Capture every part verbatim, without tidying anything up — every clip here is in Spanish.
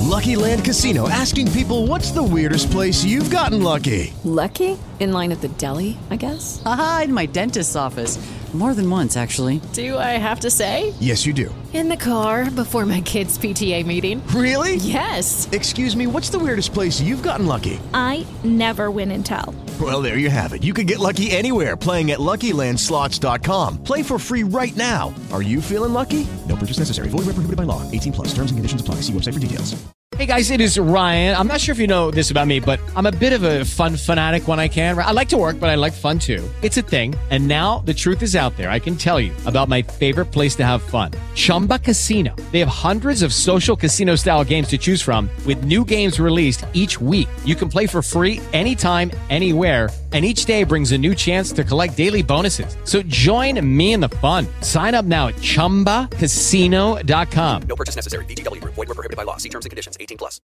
Lucky Land Casino, asking people, what's the weirdest place you've gotten lucky? Lucky? In line at the deli, I guess? Aha, in my dentist's office. More than once, actually. Do I have to say? Yes, you do. In the car before my kids' P T A meeting. Really? Yes. Excuse me, what's the weirdest place you've gotten lucky? I never win and tell. Well, there you have it. You can get lucky anywhere, playing at Lucky Land Slots dot com. Play for free right now. Are you feeling lucky? No purchase necessary. Void where prohibited by law. eighteen plus. Terms and conditions apply. See website for details. Hey guys, it is Ryan. I'm not sure if you know this about me, but I'm a bit of a fun fanatic when I can. I like to work, but I like fun too. It's a thing. And now the truth is out there. I can tell you about my favorite place to have fun. Chumba Casino. They have hundreds of social casino style games to choose from with new games released each week. You can play for free anytime, anywhere. And each day brings a new chance to collect daily bonuses. So join me in the fun. Sign up now at chumba casino dot com. No purchase necessary. V G W. Void where prohibited by law. See terms and conditions. eighteen plus.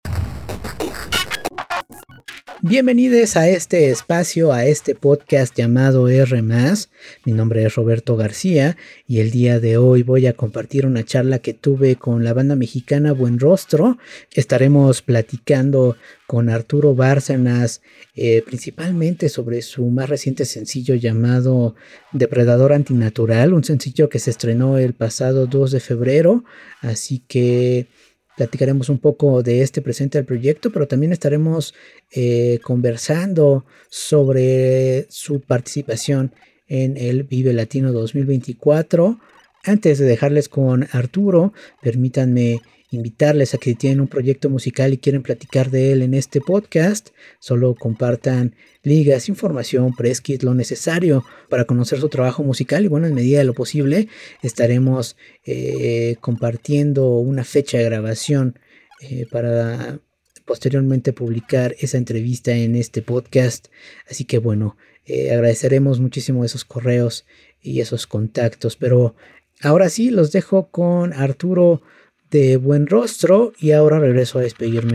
Bienvenidos a este espacio, a este podcast llamado R más. Mi nombre es Roberto García y el día de hoy voy a compartir una charla que tuve con la banda mexicana Buen Rostro. Estaremos platicando con Arturo Bárcenas, eh, principalmente sobre su más reciente sencillo llamado Depredador Antinatural, un sencillo que se estrenó el pasado dos de febrero, así que platicaremos un poco de este presente del proyecto, pero también estaremos eh, conversando sobre su participación en el Vive Latino dos mil veinticuatro. Antes de dejarles con Arturo, permítanme invitarles a que si tienen un proyecto musical y quieren platicar de él en este podcast, solo compartan ligas, información, press kit, lo necesario para conocer su trabajo musical y bueno, en medida de lo posible estaremos eh, compartiendo una fecha de grabación eh, para posteriormente publicar esa entrevista en este podcast. Así que bueno, eh, agradeceremos muchísimo esos correos y esos contactos, pero ahora sí los dejo con Arturo de Buen Rostro y ahora regreso a despedirme.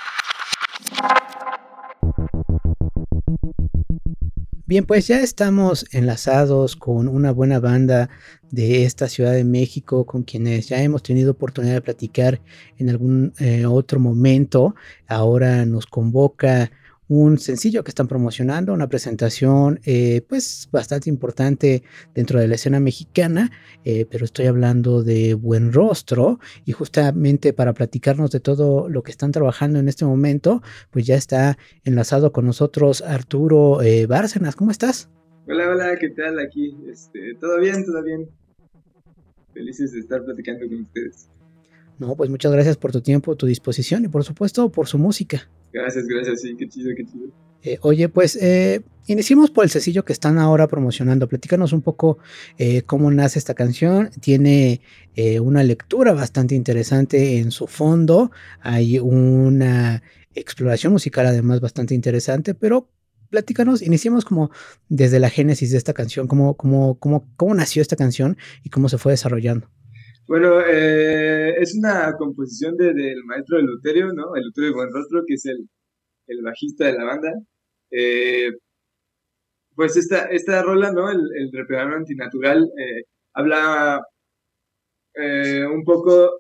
Bien, pues ya estamos enlazados con una buena banda de esta Ciudad de México con quienes ya hemos tenido oportunidad de platicar en algún eh, otro momento. Ahora nos convoca un sencillo que están promocionando, una presentación eh, pues bastante importante dentro de la escena mexicana, eh, pero estoy hablando de Buen Rostro y justamente para platicarnos de todo lo que están trabajando en este momento, pues ya está enlazado con nosotros Arturo eh, Bárcenas. ¿Cómo estás? Hola, hola, ¿qué tal? Aquí, este, todo bien, todo bien. Felices de estar platicando con ustedes. No, pues muchas gracias por tu tiempo, tu disposición y por supuesto por su música. Gracias, gracias, sí, qué chido, qué chido. Eh, oye, pues eh, iniciemos por el sencillo que están ahora promocionando. Platícanos un poco eh, cómo nace esta canción. Tiene eh, una lectura bastante interesante en su fondo. Hay una exploración musical además bastante interesante, pero platícanos, iniciemos como desde la génesis de esta canción, cómo, cómo, cómo, cómo nació esta canción y cómo se fue desarrollando. Bueno, eh, es una composición de, del maestro Eleuterio, ¿no? Eleuterio de Buen Rostro, que es el, el bajista de la banda. Eh, pues esta, esta rola, ¿no? El, el Depredador Antinatural, eh, habla eh, un poco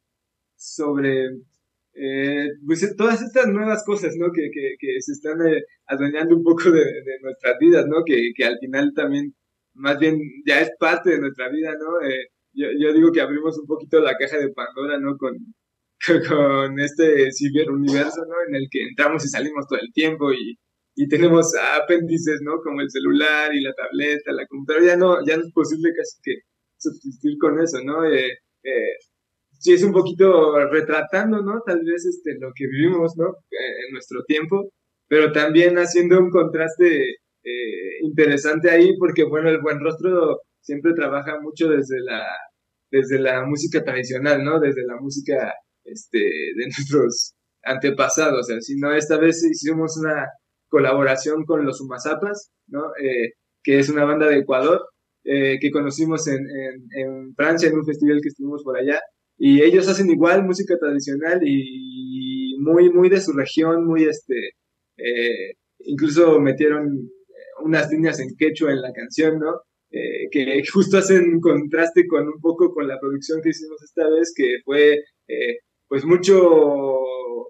sobre eh, pues todas estas nuevas cosas, ¿no? Que, que, que se están eh, adueñando un poco de, de nuestras vidas, ¿no? Que, que al final también, más bien, ya es parte de nuestra vida, ¿no? Eh, Yo, yo digo que abrimos un poquito la caja de Pandora, ¿no? Con, con este ciberuniverso, ¿no? En el que entramos y salimos todo el tiempo y, y tenemos apéndices, ¿no? Como el celular y la tableta, la computadora. Ya no, ya no es posible casi que subsistir con eso, ¿no? Eh, eh, sí, es un poquito retratando, ¿no? Tal vez este, lo que vivimos, ¿no? Eh, en nuestro tiempo, pero también haciendo un contraste eh, interesante ahí, porque, bueno, el Buen Rostro siempre trabaja mucho desde la, desde la música tradicional, ¿no? Desde la música este, de nuestros antepasados. Así, ¿no? Esta vez hicimos una colaboración con los Umazapas, ¿no? Eh, que es una banda de Ecuador, eh, que conocimos en, en, en Francia, en un festival que estuvimos por allá. Y ellos hacen igual música tradicional y muy, muy de su región, muy este, eh, incluso metieron unas líneas en quechua en la canción, ¿no? Eh, que justo hacen contraste con un poco con la producción que hicimos esta vez, que fue eh, pues mucho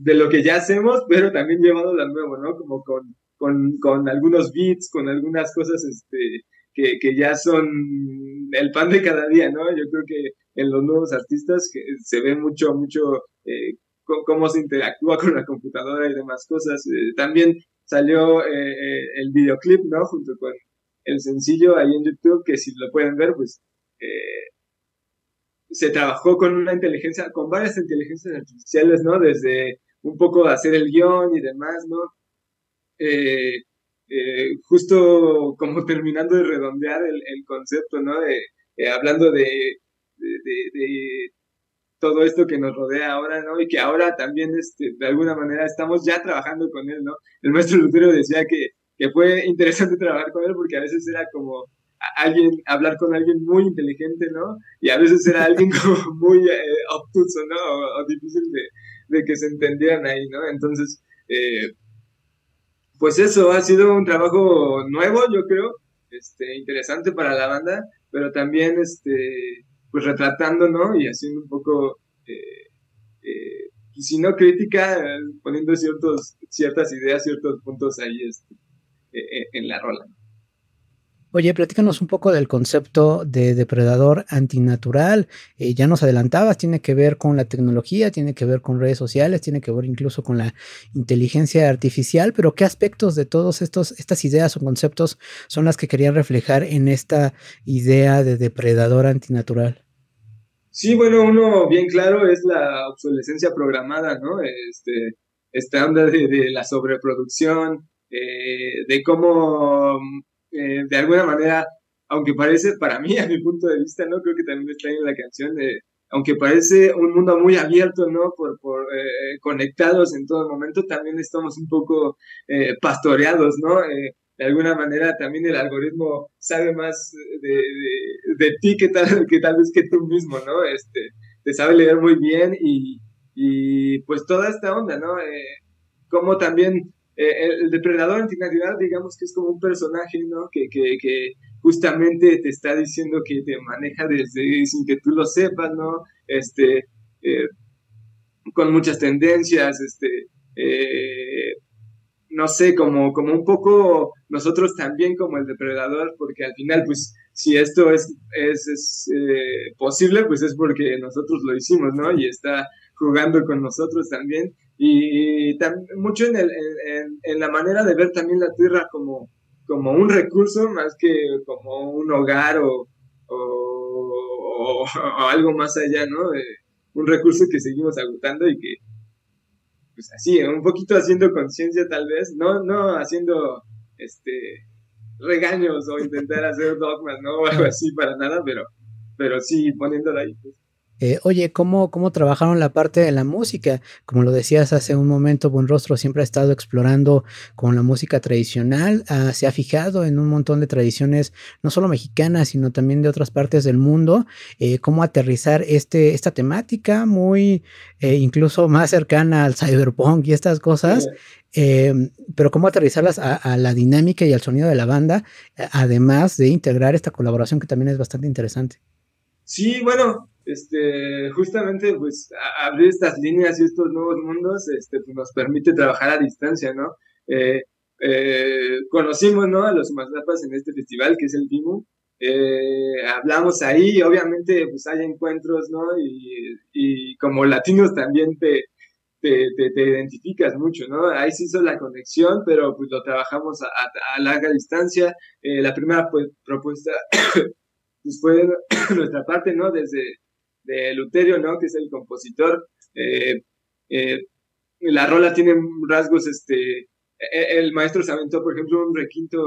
de lo que ya hacemos, pero también llevado a nuevo, ¿no? Como con, con, con algunos beats, con algunas cosas este, que, que ya son el pan de cada día, ¿no? Yo creo que en los nuevos artistas que se ve mucho, mucho eh, cómo se interactúa con la computadora y demás cosas. Eh, también salió eh, el videoclip, ¿no? Junto con el sencillo ahí en YouTube, que si lo pueden ver, pues eh, se trabajó con una inteligencia, con varias inteligencias artificiales, ¿no? Desde un poco hacer el guión y demás, ¿no? Eh, eh, justo como terminando de redondear el, el concepto, ¿no? De, eh, hablando de, de, de, de todo esto que nos rodea ahora, ¿no? Y que ahora también, este, de alguna manera, estamos ya trabajando con él, ¿no? El maestro Lutero decía que, que fue interesante trabajar con él porque a veces era como alguien, hablar con alguien muy inteligente, ¿no? Y a veces era alguien como muy eh, obtuso, ¿no? O, o difícil de, de que se entendieran ahí, ¿no? Entonces, eh, pues eso, ha sido un trabajo nuevo, yo creo, este, interesante para la banda, pero también, este, pues retratando, ¿no? Y haciendo un poco, eh, eh, si no crítica, eh, poniendo ciertos, ciertas ideas, ciertos puntos ahí este, eh, en la rola. Oye, platícanos un poco del concepto de depredador antinatural. Eh, ya nos adelantabas, tiene que ver con la tecnología, tiene que ver con redes sociales, tiene que ver incluso con la inteligencia artificial, pero ¿qué aspectos de todos estos estas ideas o conceptos son las que querían reflejar en esta idea de depredador antinatural? Sí, bueno, uno bien claro es la obsolescencia programada, ¿no? Este, esta onda de, de la sobreproducción, eh, de cómo Eh, de alguna manera, aunque parece, para mí, a mi punto de vista, ¿no? Creo que también está en la canción, de, aunque parece un mundo muy abierto, ¿no? Por, por eh, conectados en todo momento, también estamos un poco eh, pastoreados, ¿no? Eh, de alguna manera también el algoritmo sabe más de, de, de ti que tal, que tal vez que tú mismo, ¿no? Este, te sabe leer muy bien y, y pues toda esta onda, ¿no? Eh, como también Eh, el depredador antinatural, digamos que es como un personaje, ¿no? Que, que, que justamente te está diciendo que te maneja desde sin que tú lo sepas, ¿no? Este, eh, con muchas tendencias, este, eh, no sé, como, como un poco nosotros también como el depredador, porque al final, pues, si esto es, es, es eh, posible, pues es porque nosotros lo hicimos, ¿no? Y está jugando con nosotros también. Y, y tam, mucho en, el, en, en la manera de ver también la tierra como, como un recurso más que como un hogar o, o, o, o algo más allá, ¿no? Eh, un recurso que seguimos agotando y que, pues así, un poquito haciendo conciencia tal vez, no, no haciendo este regaños o intentar hacer dogmas, ¿no? O algo así para nada, pero, pero sí poniéndolo ahí, pues. Eh, oye, ¿cómo, ¿cómo trabajaron la parte de la música? Como lo decías hace un momento, Buenrostro siempre ha estado explorando con la música tradicional, uh, se ha fijado en un montón de tradiciones, no solo mexicanas, sino también de otras partes del mundo, eh, cómo aterrizar este, esta temática muy, eh, incluso más cercana al cyberpunk y estas cosas, eh, pero cómo aterrizarlas a, a la dinámica y al sonido de la banda, además de integrar esta colaboración que también es bastante interesante. Sí, bueno, este, justamente, pues, a, abrir estas líneas y estos nuevos mundos, este, pues, nos permite trabajar a distancia, ¿no? Eh, eh, conocimos, ¿no? A los Mazlapas en este festival, que es el Vimu, eh, hablamos ahí, obviamente, pues, hay encuentros, ¿no? Y, y como latinos también te, te, te, te identificas mucho, ¿no? Ahí se hizo la conexión, pero, pues, lo trabajamos a, a, a larga distancia. Eh, la primera, pues, propuesta... pues fue nuestra parte, ¿no? Desde de Luterio, ¿no? Que es el compositor. Eh, eh, la rola tiene rasgos, este, el maestro se aventó, por ejemplo, un requinto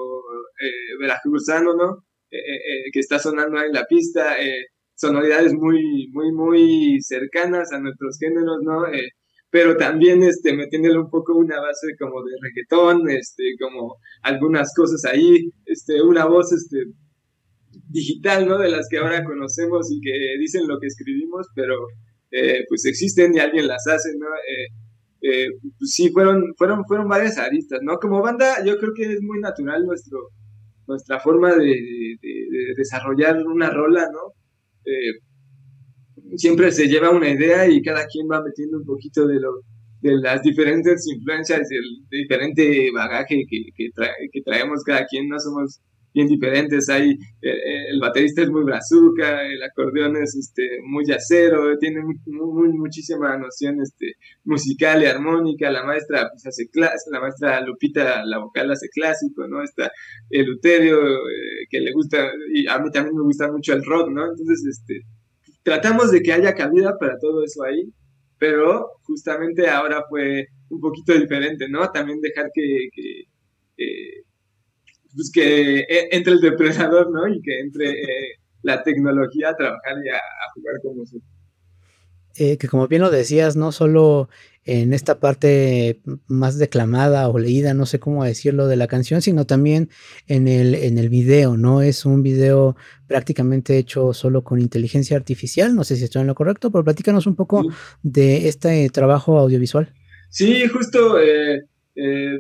eh, veracruzano, ¿no? Eh, eh, que está sonando ahí en la pista, eh, sonoridades muy, muy, muy cercanas a nuestros géneros, ¿no? Eh, pero también, este, metiéndole un poco una base como de reggaetón, este, como algunas cosas ahí, este, una voz, este, digital, ¿no? De las que ahora conocemos y que dicen lo que escribimos, pero eh, pues existen y alguien las hace, ¿no? Eh, eh, pues sí, fueron, fueron, fueron varias aristas, ¿no? Como banda, yo creo que es muy natural nuestro, nuestra forma de, de, de desarrollar una rola, ¿no? Eh, siempre se lleva una idea y cada quien va metiendo un poquito de lo, de las diferentes influencias, del diferente bagaje que, que, trae, que traemos cada quien, no somos bien diferentes. Hay eh, el baterista es muy brazuca, el acordeón es este muy jazzero, tiene muy, muy, muchísima noción este musical y armónica. La maestra pues hace clas- la maestra Lupita, la vocal, hace clásico, ¿no? Está el Eleuterio, eh, que le gusta, y a mí también me gusta mucho el rock, ¿no? Entonces este tratamos de que haya cabida para todo eso ahí, pero justamente ahora fue un poquito diferente, ¿no? También dejar que, que eh, pues que entre el depredador, ¿no? Y que entre eh, la tecnología a trabajar y a, a jugar con nosotros. Eh, que como bien lo decías, no solo en esta parte más declamada o leída, no sé cómo decirlo, de la canción, sino también en el, en el video, ¿no? Es un video prácticamente hecho solo con inteligencia artificial, no sé si estoy en lo correcto, pero platícanos un poco sí. de este trabajo audiovisual. Sí, justo eh, eh,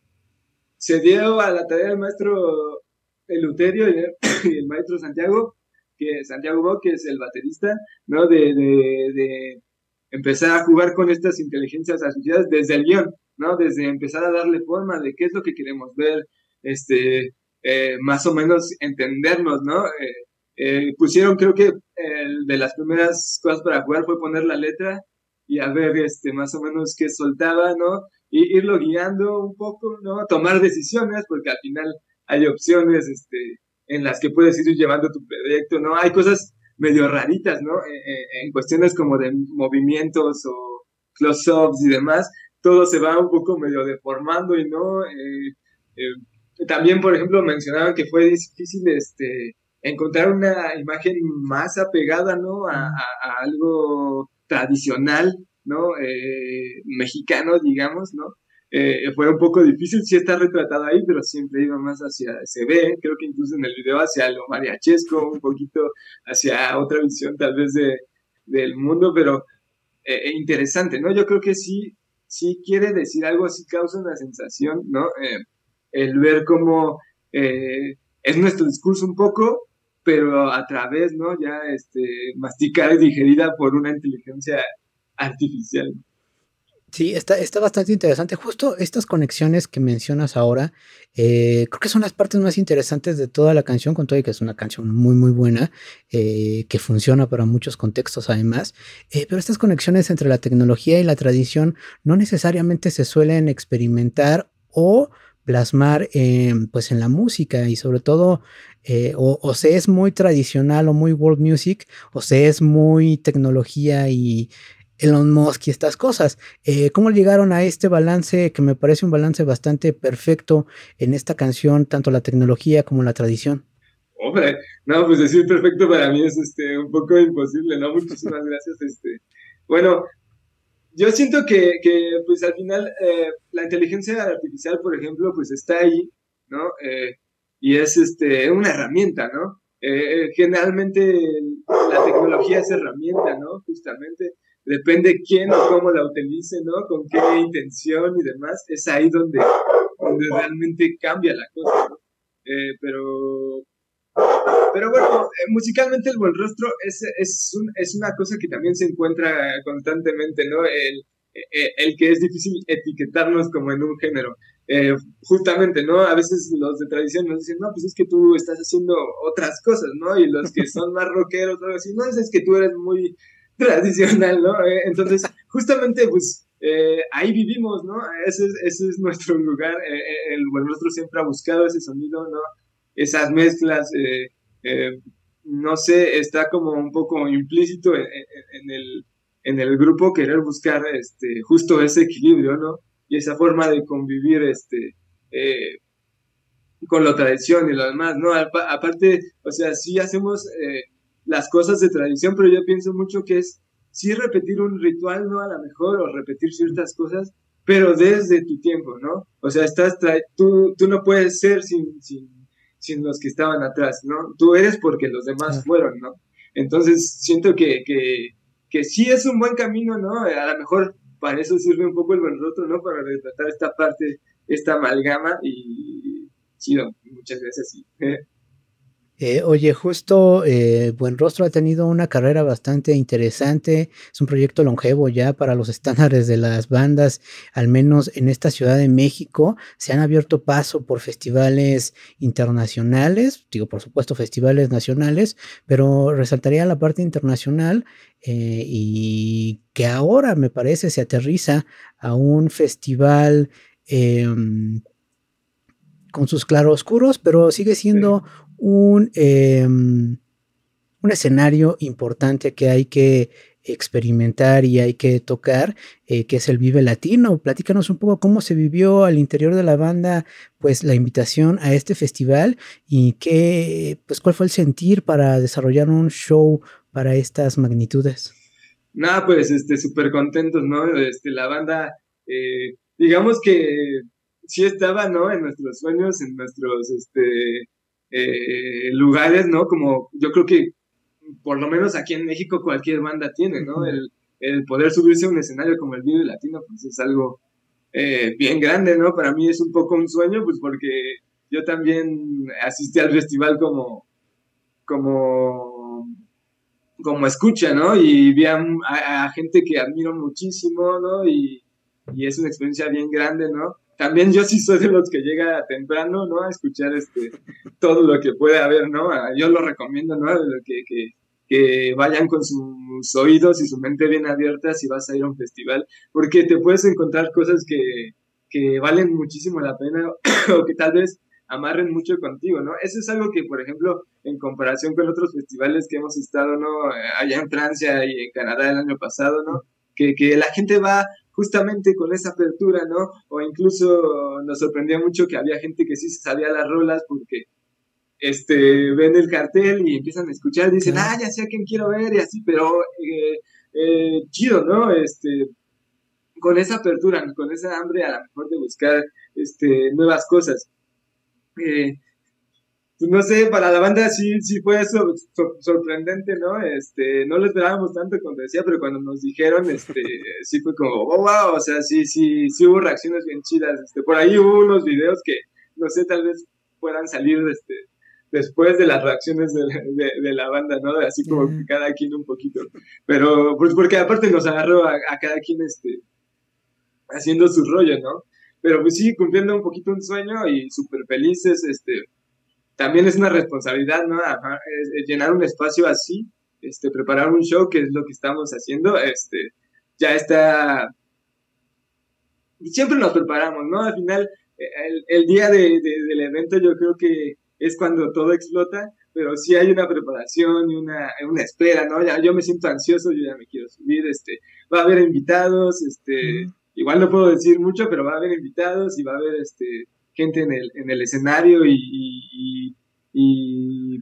se dio a la tarea del maestro Eleuterio y el, y el maestro Santiago, que Santiago Bo, que es el baterista, ¿no? De, de, de empezar a jugar con estas inteligencias artificiales desde el guión, ¿no? Desde empezar a darle forma de qué es lo que queremos ver, este, eh, más o menos entendernos, ¿no? Eh, eh, pusieron, creo que eh, de las primeras cosas para jugar fue poner la letra y a ver, este, más o menos qué soltaba, ¿no? Y irlo guiando un poco, ¿no? Tomar decisiones, porque al final hay opciones, este, en las que puedes ir llevando tu proyecto, ¿no? Hay cosas medio raritas, ¿no? En, en cuestiones como de movimientos o close-ups y demás, todo se va un poco medio deformando y no. Eh, eh, también, por ejemplo, mencionaban que fue difícil este, encontrar una imagen más apegada, ¿no? A, a, a algo tradicional, ¿no? Eh, mexicano, digamos, ¿no? Eh, fue un poco difícil, sí está retratado ahí, pero siempre iba más hacia, se ve, creo que incluso en el video, hacia lo mariachesco, un poquito hacia otra visión tal vez de, del mundo, pero eh, interesante, ¿no? Yo creo que sí, sí quiere decir algo, sí causa una sensación, ¿no? Eh, el ver cómo eh, es nuestro discurso un poco, pero a través, ¿no? Ya este, masticada y digerida por una inteligencia artificial. Sí, está, está bastante interesante. Justo estas conexiones que mencionas ahora, eh, creo que son las partes más interesantes de toda la canción, con todo y que es una canción muy, muy buena, eh, que funciona para muchos contextos además. Eh, pero estas conexiones entre la tecnología y la tradición no necesariamente se suelen experimentar o plasmar eh, pues en la música, y sobre todo eh, o, o se es muy tradicional o muy world music, o se es muy tecnología y Elon Musk y estas cosas. Eh, ¿Cómo llegaron a este balance, que me parece un balance bastante perfecto en esta canción, tanto la tecnología como la tradición? Hombre, no, pues decir perfecto para mí es este, un poco imposible, ¿no? Muchísimas gracias. Este. Bueno, yo siento que, que pues al final eh, la inteligencia artificial, por ejemplo, pues está ahí, ¿no? Eh, y es este, una herramienta, ¿no? Eh, generalmente la tecnología es herramienta, ¿no? Justamente. Depende quién o cómo la utilice, ¿no? Con qué intención y demás, es ahí donde, donde realmente cambia la cosa, ¿no? Eh, pero, pero bueno, eh, musicalmente el Buenrostro es, es, un, es una cosa que también se encuentra constantemente, ¿no? El, el, el que es difícil etiquetarnos como en un género. Eh, justamente, ¿no? A veces los de tradición nos dicen, no, pues es que tú estás haciendo otras cosas, ¿no? Y los que son más rockeros, ¿no? Dicen, no, es que tú eres muy tradicional, ¿no? Eh, entonces, justamente, pues, eh, ahí vivimos, ¿no? Ese es, ese es nuestro lugar. Eh, el Buenrostro siempre ha buscado ese sonido, ¿no? Esas mezclas, eh, eh, no sé, está como un poco implícito en, en, en, el, en el grupo querer buscar este, justo ese equilibrio, ¿no? Y esa forma de convivir este, eh, con la tradición y lo demás, ¿no? Aparte, o sea, sí hacemos... Eh, las cosas de tradición, pero yo pienso mucho que es sí repetir un ritual, ¿no? A lo mejor, o repetir ciertas cosas, pero desde tu tiempo, ¿no? O sea, estás tra- tú, tú no puedes ser sin, sin, sin los que estaban atrás, ¿no? Tú eres porque los demás fueron, ¿no? Entonces, siento que, que, que sí es un buen camino, ¿no? A lo mejor para eso sirve un poco el Buenrostro, ¿no? Para retratar esta parte, esta amalgama, y chido, muchas gracias, sí. Eh, oye, justo eh, Buen Rostro ha tenido una carrera bastante interesante, es un proyecto longevo ya para los estándares de las bandas, al menos en esta Ciudad de México, se han abierto paso por festivales internacionales, digo por supuesto festivales nacionales, pero resaltaría la parte internacional eh, y que ahora me parece se aterriza a un festival eh, con sus claroscuros, pero sigue siendo un, eh, un escenario importante que hay que experimentar y hay que tocar, eh, que es el Vive Latino. Platícanos un poco cómo se vivió al interior de la banda, pues la invitación a este festival y qué, pues cuál fue el sentir para desarrollar un show para estas magnitudes. Nada, pues este, súper contentos, ¿no? Este, la banda, eh, digamos que sí estaba, ¿no? En nuestros sueños, en nuestros, este, eh, lugares, ¿no? Como yo creo que por lo menos aquí en México cualquier banda tiene, ¿no? El, el poder subirse a un escenario como el Vive Latino, pues es algo eh, bien grande, ¿no? Para mí es un poco un sueño, pues porque yo también asistí al festival como, como, como escucha, ¿no? Y vi a, a, a gente que admiro muchísimo, ¿no? Y, y es una experiencia bien grande, ¿no? También yo sí soy de los que llega temprano, ¿no? A escuchar este todo lo que puede haber, ¿no? Yo lo recomiendo, ¿no? Que, que, que vayan con sus oídos y su mente bien abierta si vas a ir a un festival, porque te puedes encontrar cosas que, que valen muchísimo la pena o que tal vez amarren mucho contigo, ¿no? Eso es algo que, por ejemplo, en comparación con otros festivales que hemos estado, ¿no? Allá en Francia y en Canadá el año pasado, ¿no? Que, que la gente va justamente con esa apertura, ¿no? O incluso nos sorprendió mucho que había gente que sí sabía las rolas porque este, ven el cartel y empiezan a escuchar, dicen, ah, ya sé a quién quiero ver y así, pero eh, eh, chido, ¿no? Este, con esa apertura, con esa hambre a lo mejor de buscar este, nuevas cosas. Eh, pues no sé, para la banda sí, sí fue eso so, sorprendente, ¿no? Este, no lo esperábamos tanto, como decía, pero cuando nos dijeron, este, sí fue como, oh, wow, o sea, sí, sí, sí hubo reacciones bien chidas, este, por ahí hubo unos videos que, no sé, tal vez puedan salir, este, después de las reacciones de la, de, de la banda, ¿no? Así como que cada quien un poquito, pero, pues porque aparte nos agarró a, a cada quien, este, haciendo su rollo, ¿no? Pero pues sí, cumpliendo un poquito un sueño y súper felices, este, también es una responsabilidad, ¿no? Ajá, es, es llenar un espacio así, este, preparar un show, que es lo que estamos haciendo, este, ya está, siempre nos preparamos, ¿no? Al final, el, el día de, de, del evento yo creo que es cuando todo explota, pero sí hay una preparación y una, una espera, ¿no? Ya, yo me siento ansioso, yo ya me quiero subir, este, va a haber invitados, este, mm. igual no puedo decir mucho, pero va a haber invitados y va a haber, este, gente en el, en el escenario y, y, y, y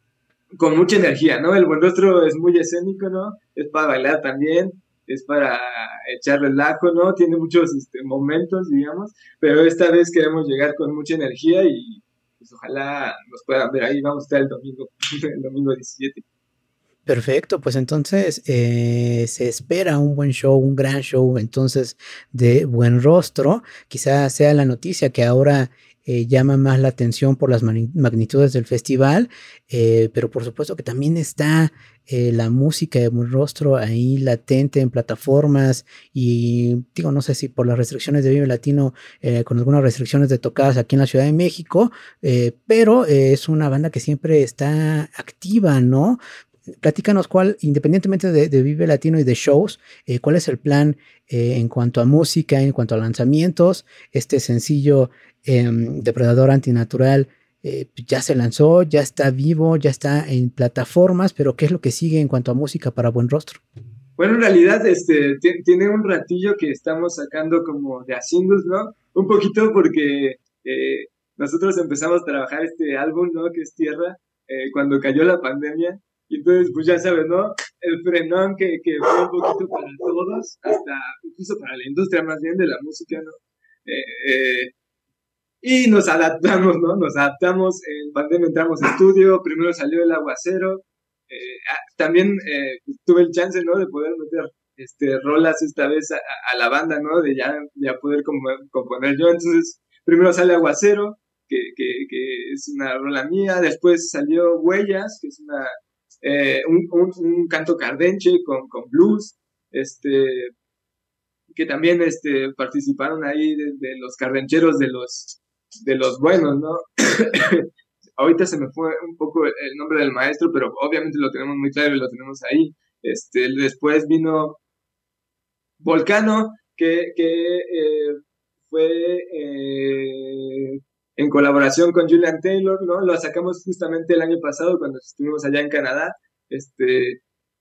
con mucha energía, ¿no? El Buen Rostro es muy escénico, ¿no? Es para bailar también, es para echar relajo, ¿no? Tiene muchos este, momentos, digamos, pero esta vez queremos llegar con mucha energía y pues ojalá nos puedan ver ahí. Vamos a estar el domingo, el domingo diecisiete. Perfecto, pues entonces eh, se espera un buen show, un gran show entonces de Buen Rostro. Quizás sea la noticia que ahora eh, llama más la atención por las magnitudes del festival, eh, pero por supuesto que también está eh, la música de Buen Rostro ahí latente en plataformas y digo, no sé si por las restricciones de Vive Latino, eh, con algunas restricciones de tocadas aquí en la Ciudad de México, eh, pero eh, es una banda que siempre está activa, ¿no? Platícanos cuál, independientemente de, de Vive Latino y de shows, eh, cuál es el plan eh, en cuanto a música, en cuanto a lanzamientos. Este sencillo eh, Depredador Antinatural eh, ya se lanzó, ya está vivo, ya está en plataformas, pero ¿qué es lo que sigue en cuanto a música para Buen Rostro? Bueno, en realidad este, t- tiene un ratillo que estamos sacando como de a singles, ¿no? Un poquito porque eh, nosotros empezamos a trabajar este álbum, ¿no? Que es Tierra, eh, cuando cayó la pandemia. Y entonces, pues ya sabes, ¿no? El frenón que, que fue un poquito para todos, hasta incluso para la industria más bien de la música, ¿no? Eh, eh, y nos adaptamos, ¿no? Nos adaptamos, en pandemia entramos a estudio, primero salió El Aguacero, eh, también eh, tuve el chance, ¿no? De poder meter este, rolas esta vez a, a la banda, ¿no? De ya, ya poder componer yo, entonces primero sale Aguacero, que, que, que es una rola mía. Después salió Huellas, que es una eh, un, un, un canto cardenche con, con blues, este, que también este, participaron ahí de, de los cardencheros de los, de los buenos, ¿no? Ahorita se me fue un poco el, el nombre del maestro, pero obviamente lo tenemos muy claro y lo tenemos ahí. Este, después vino Volcano, que, que eh, fue eh, en colaboración con Julian Taylor, ¿no? Lo sacamos justamente el año pasado cuando estuvimos allá en Canadá. Este,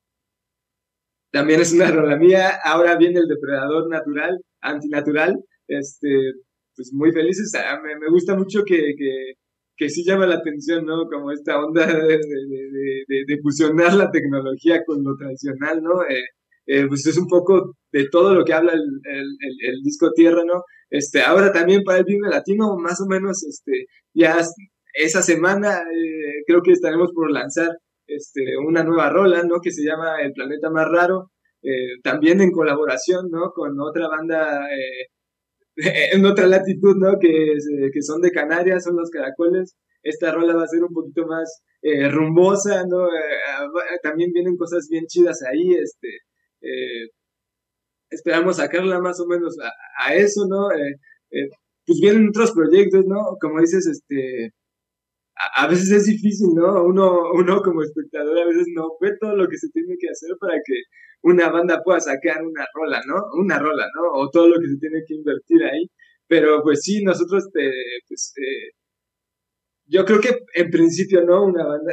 también es una rola mía. Ahora viene el Depredador Natural, Antinatural. Este, pues muy felices. Ah, me, me gusta mucho que, que, que sí llama la atención, ¿no? Como esta onda de, de, de, de, de fusionar la tecnología con lo tradicional, ¿no? Eh, eh, pues es un poco de todo lo que habla el, el, el, el disco Tierra, ¿no? Este, ahora también para el Vive Latino, más o menos, este, ya esa semana eh, creo que estaremos por lanzar este, una nueva rola, ¿no? Que se llama El Planeta Más Raro, eh, también en colaboración, ¿no? Con otra banda eh, en otra latitud, ¿no? Que, que son de Canarias, son los Caracoles. Esta rola va a ser un poquito más eh, rumbosa, ¿no? Eh, también vienen cosas bien chidas ahí, este, eh, esperamos sacarla más o menos a, a eso, ¿no? Eh, eh, pues vienen otros proyectos, ¿no? Como dices, este, a, a veces es difícil, ¿no? Uno, uno como espectador a veces no ve todo lo que se tiene que hacer para que una banda pueda sacar una rola, ¿no? Una rola, ¿no? O todo lo que se tiene que invertir ahí. Pero pues sí, nosotros, te, pues, eh, yo creo que en principio, ¿no? Una banda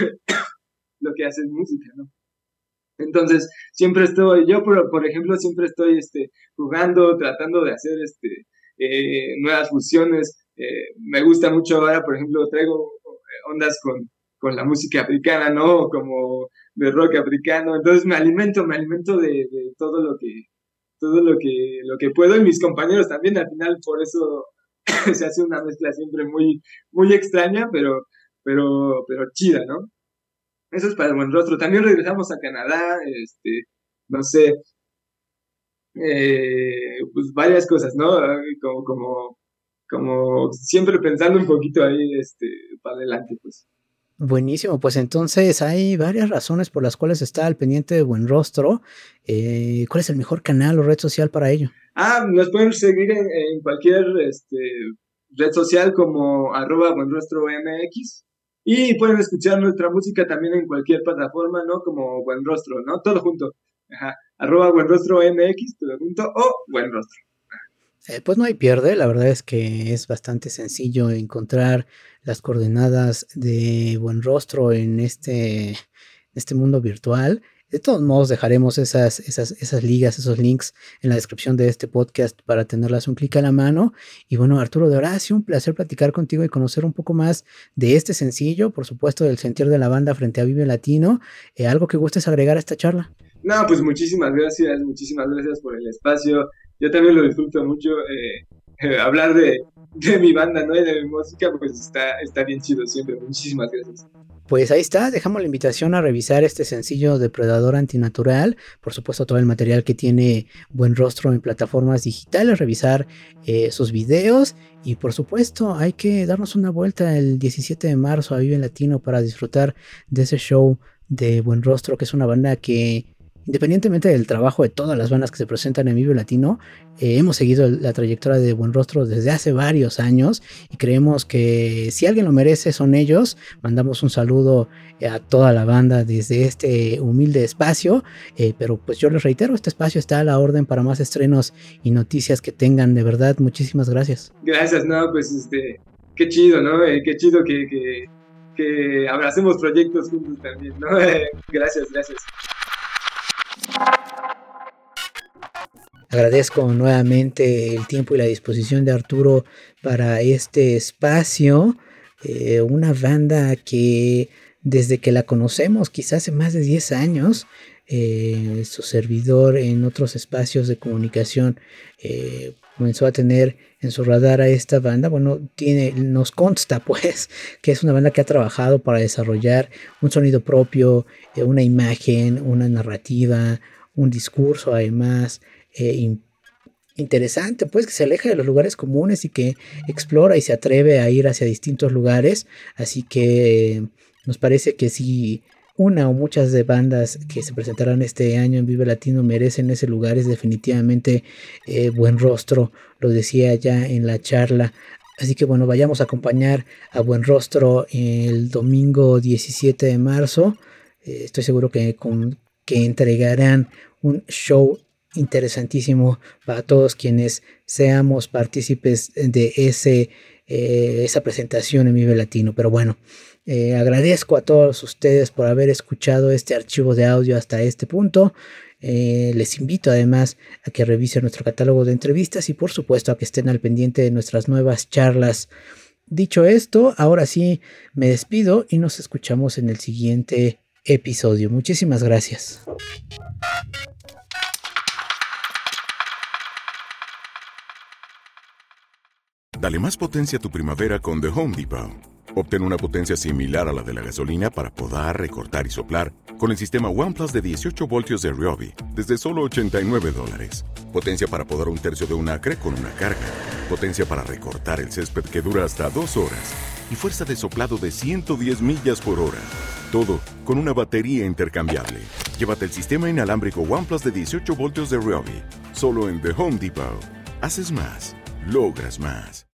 lo que hace es música, ¿no? Entonces, siempre estoy, yo por, por ejemplo, siempre estoy este, jugando, tratando de hacer este, eh, nuevas fusiones. Eh, me gusta mucho ahora, por ejemplo, traigo ondas con, con la música africana, ¿no? Como de rock africano. Entonces me alimento, me alimento de, de todo lo que, todo lo que, lo que puedo, y mis compañeros también. Al final, por eso se hace una mezcla siempre muy, muy extraña, pero, pero, pero chida, ¿no? Eso es para el Buen Rostro. También regresamos a Canadá, este, no sé, eh, pues varias cosas, ¿no? Como, como, como siempre pensando un poquito ahí, este, para adelante, pues. Buenísimo, pues entonces hay varias razones por las cuales está al pendiente de Buen Rostro. Eh, ¿Cuál es el mejor canal o red social para ello? Ah, nos pueden seguir en, en cualquier este, red social como arroba buenrostromx. Y pueden escuchar nuestra música también en cualquier plataforma, ¿no? Como Buen Rostro, ¿no? Todo junto. Ajá. Arroba buenrostromx, todo junto, o Buen Rostro. Eh, pues no hay pierde, la verdad es que es bastante sencillo encontrar las coordenadas de Buen Rostro en este, este mundo virtual. De todos modos dejaremos esas, esas, esas ligas, esos links en la descripción de este podcast para tenerlas un clic a la mano. Y bueno, Arturo, de verdad ha sido un placer platicar contigo y conocer un poco más de este sencillo, por supuesto del sentir de la banda frente a Vive Latino. Eh, ¿Algo que gustes agregar a esta charla? No, pues muchísimas gracias, muchísimas gracias por el espacio. Yo también lo disfruto mucho. Eh, eh, hablar de, de mi banda, ¿no? Y de mi música, pues está, está bien chido siempre. Muchísimas gracias. Pues ahí está, dejamos la invitación a revisar este sencillo Depredador Antinatural, por supuesto todo el material que tiene Buen Rostro en plataformas digitales, revisar eh, sus videos, y por supuesto hay que darnos una vuelta el diecisiete de marzo a Vive Latino para disfrutar de ese show de Buen Rostro, que es una banda que, independientemente del trabajo de todas las bandas que se presentan en Vive Latino, eh, hemos seguido la trayectoria de Buen Rostro desde hace varios años y creemos que si alguien lo merece son ellos. Mandamos un saludo a toda la banda desde este humilde espacio, eh, pero pues yo les reitero, este espacio está a la orden para más estrenos y noticias que tengan. De verdad, muchísimas gracias. Gracias, no, pues este, qué chido, ¿no? Eh, qué chido que, que, que abracemos proyectos juntos también, ¿no? Eh, gracias, gracias. Agradezco nuevamente el tiempo y la disposición de Arturo para este espacio. Eh, una banda que desde que la conocemos, quizás hace más de diez años, eh, su servidor en otros espacios de comunicación eh, comenzó a tener en su radar a esta banda. Bueno, tiene, nos consta pues que es una banda que ha trabajado para desarrollar un sonido propio, eh, una imagen, una narrativa, un discurso además, eh, interesante, pues que se aleja de los lugares comunes y que explora y se atreve a ir hacia distintos lugares. Así que eh, nos parece que si una o muchas de bandas que se presentarán este año en Vive Latino merecen ese lugar, es definitivamente eh, Buen Rostro, lo decía ya en la charla. Así que bueno, vayamos a acompañar a Buen Rostro el domingo diecisiete de marzo. Eh, estoy seguro que, con, que entregarán un show interesantísimo para todos quienes seamos partícipes de ese, eh, esa presentación en Vive Latino. Pero bueno, eh, agradezco a todos ustedes por haber escuchado este archivo de audio hasta este punto. Eh, les invito además a que revisen nuestro catálogo de entrevistas y por supuesto a que estén al pendiente de nuestras nuevas charlas. Dicho esto, ahora sí me despido y nos escuchamos en el siguiente episodio. Muchísimas gracias. Dale más potencia a tu primavera con The Home Depot. Obtén una potencia similar a la de la gasolina para podar, recortar y soplar con el sistema OnePlus de dieciocho voltios de Ryobi desde solo ochenta y nueve dólares. Potencia para podar un tercio de un acre con una carga. Potencia para recortar el césped que dura hasta dos horas. Y fuerza de soplado de ciento diez millas por hora. Todo con una batería intercambiable. Llévate el sistema inalámbrico OnePlus de dieciocho voltios de Ryobi. Solo en The Home Depot. Haces más. Logras más.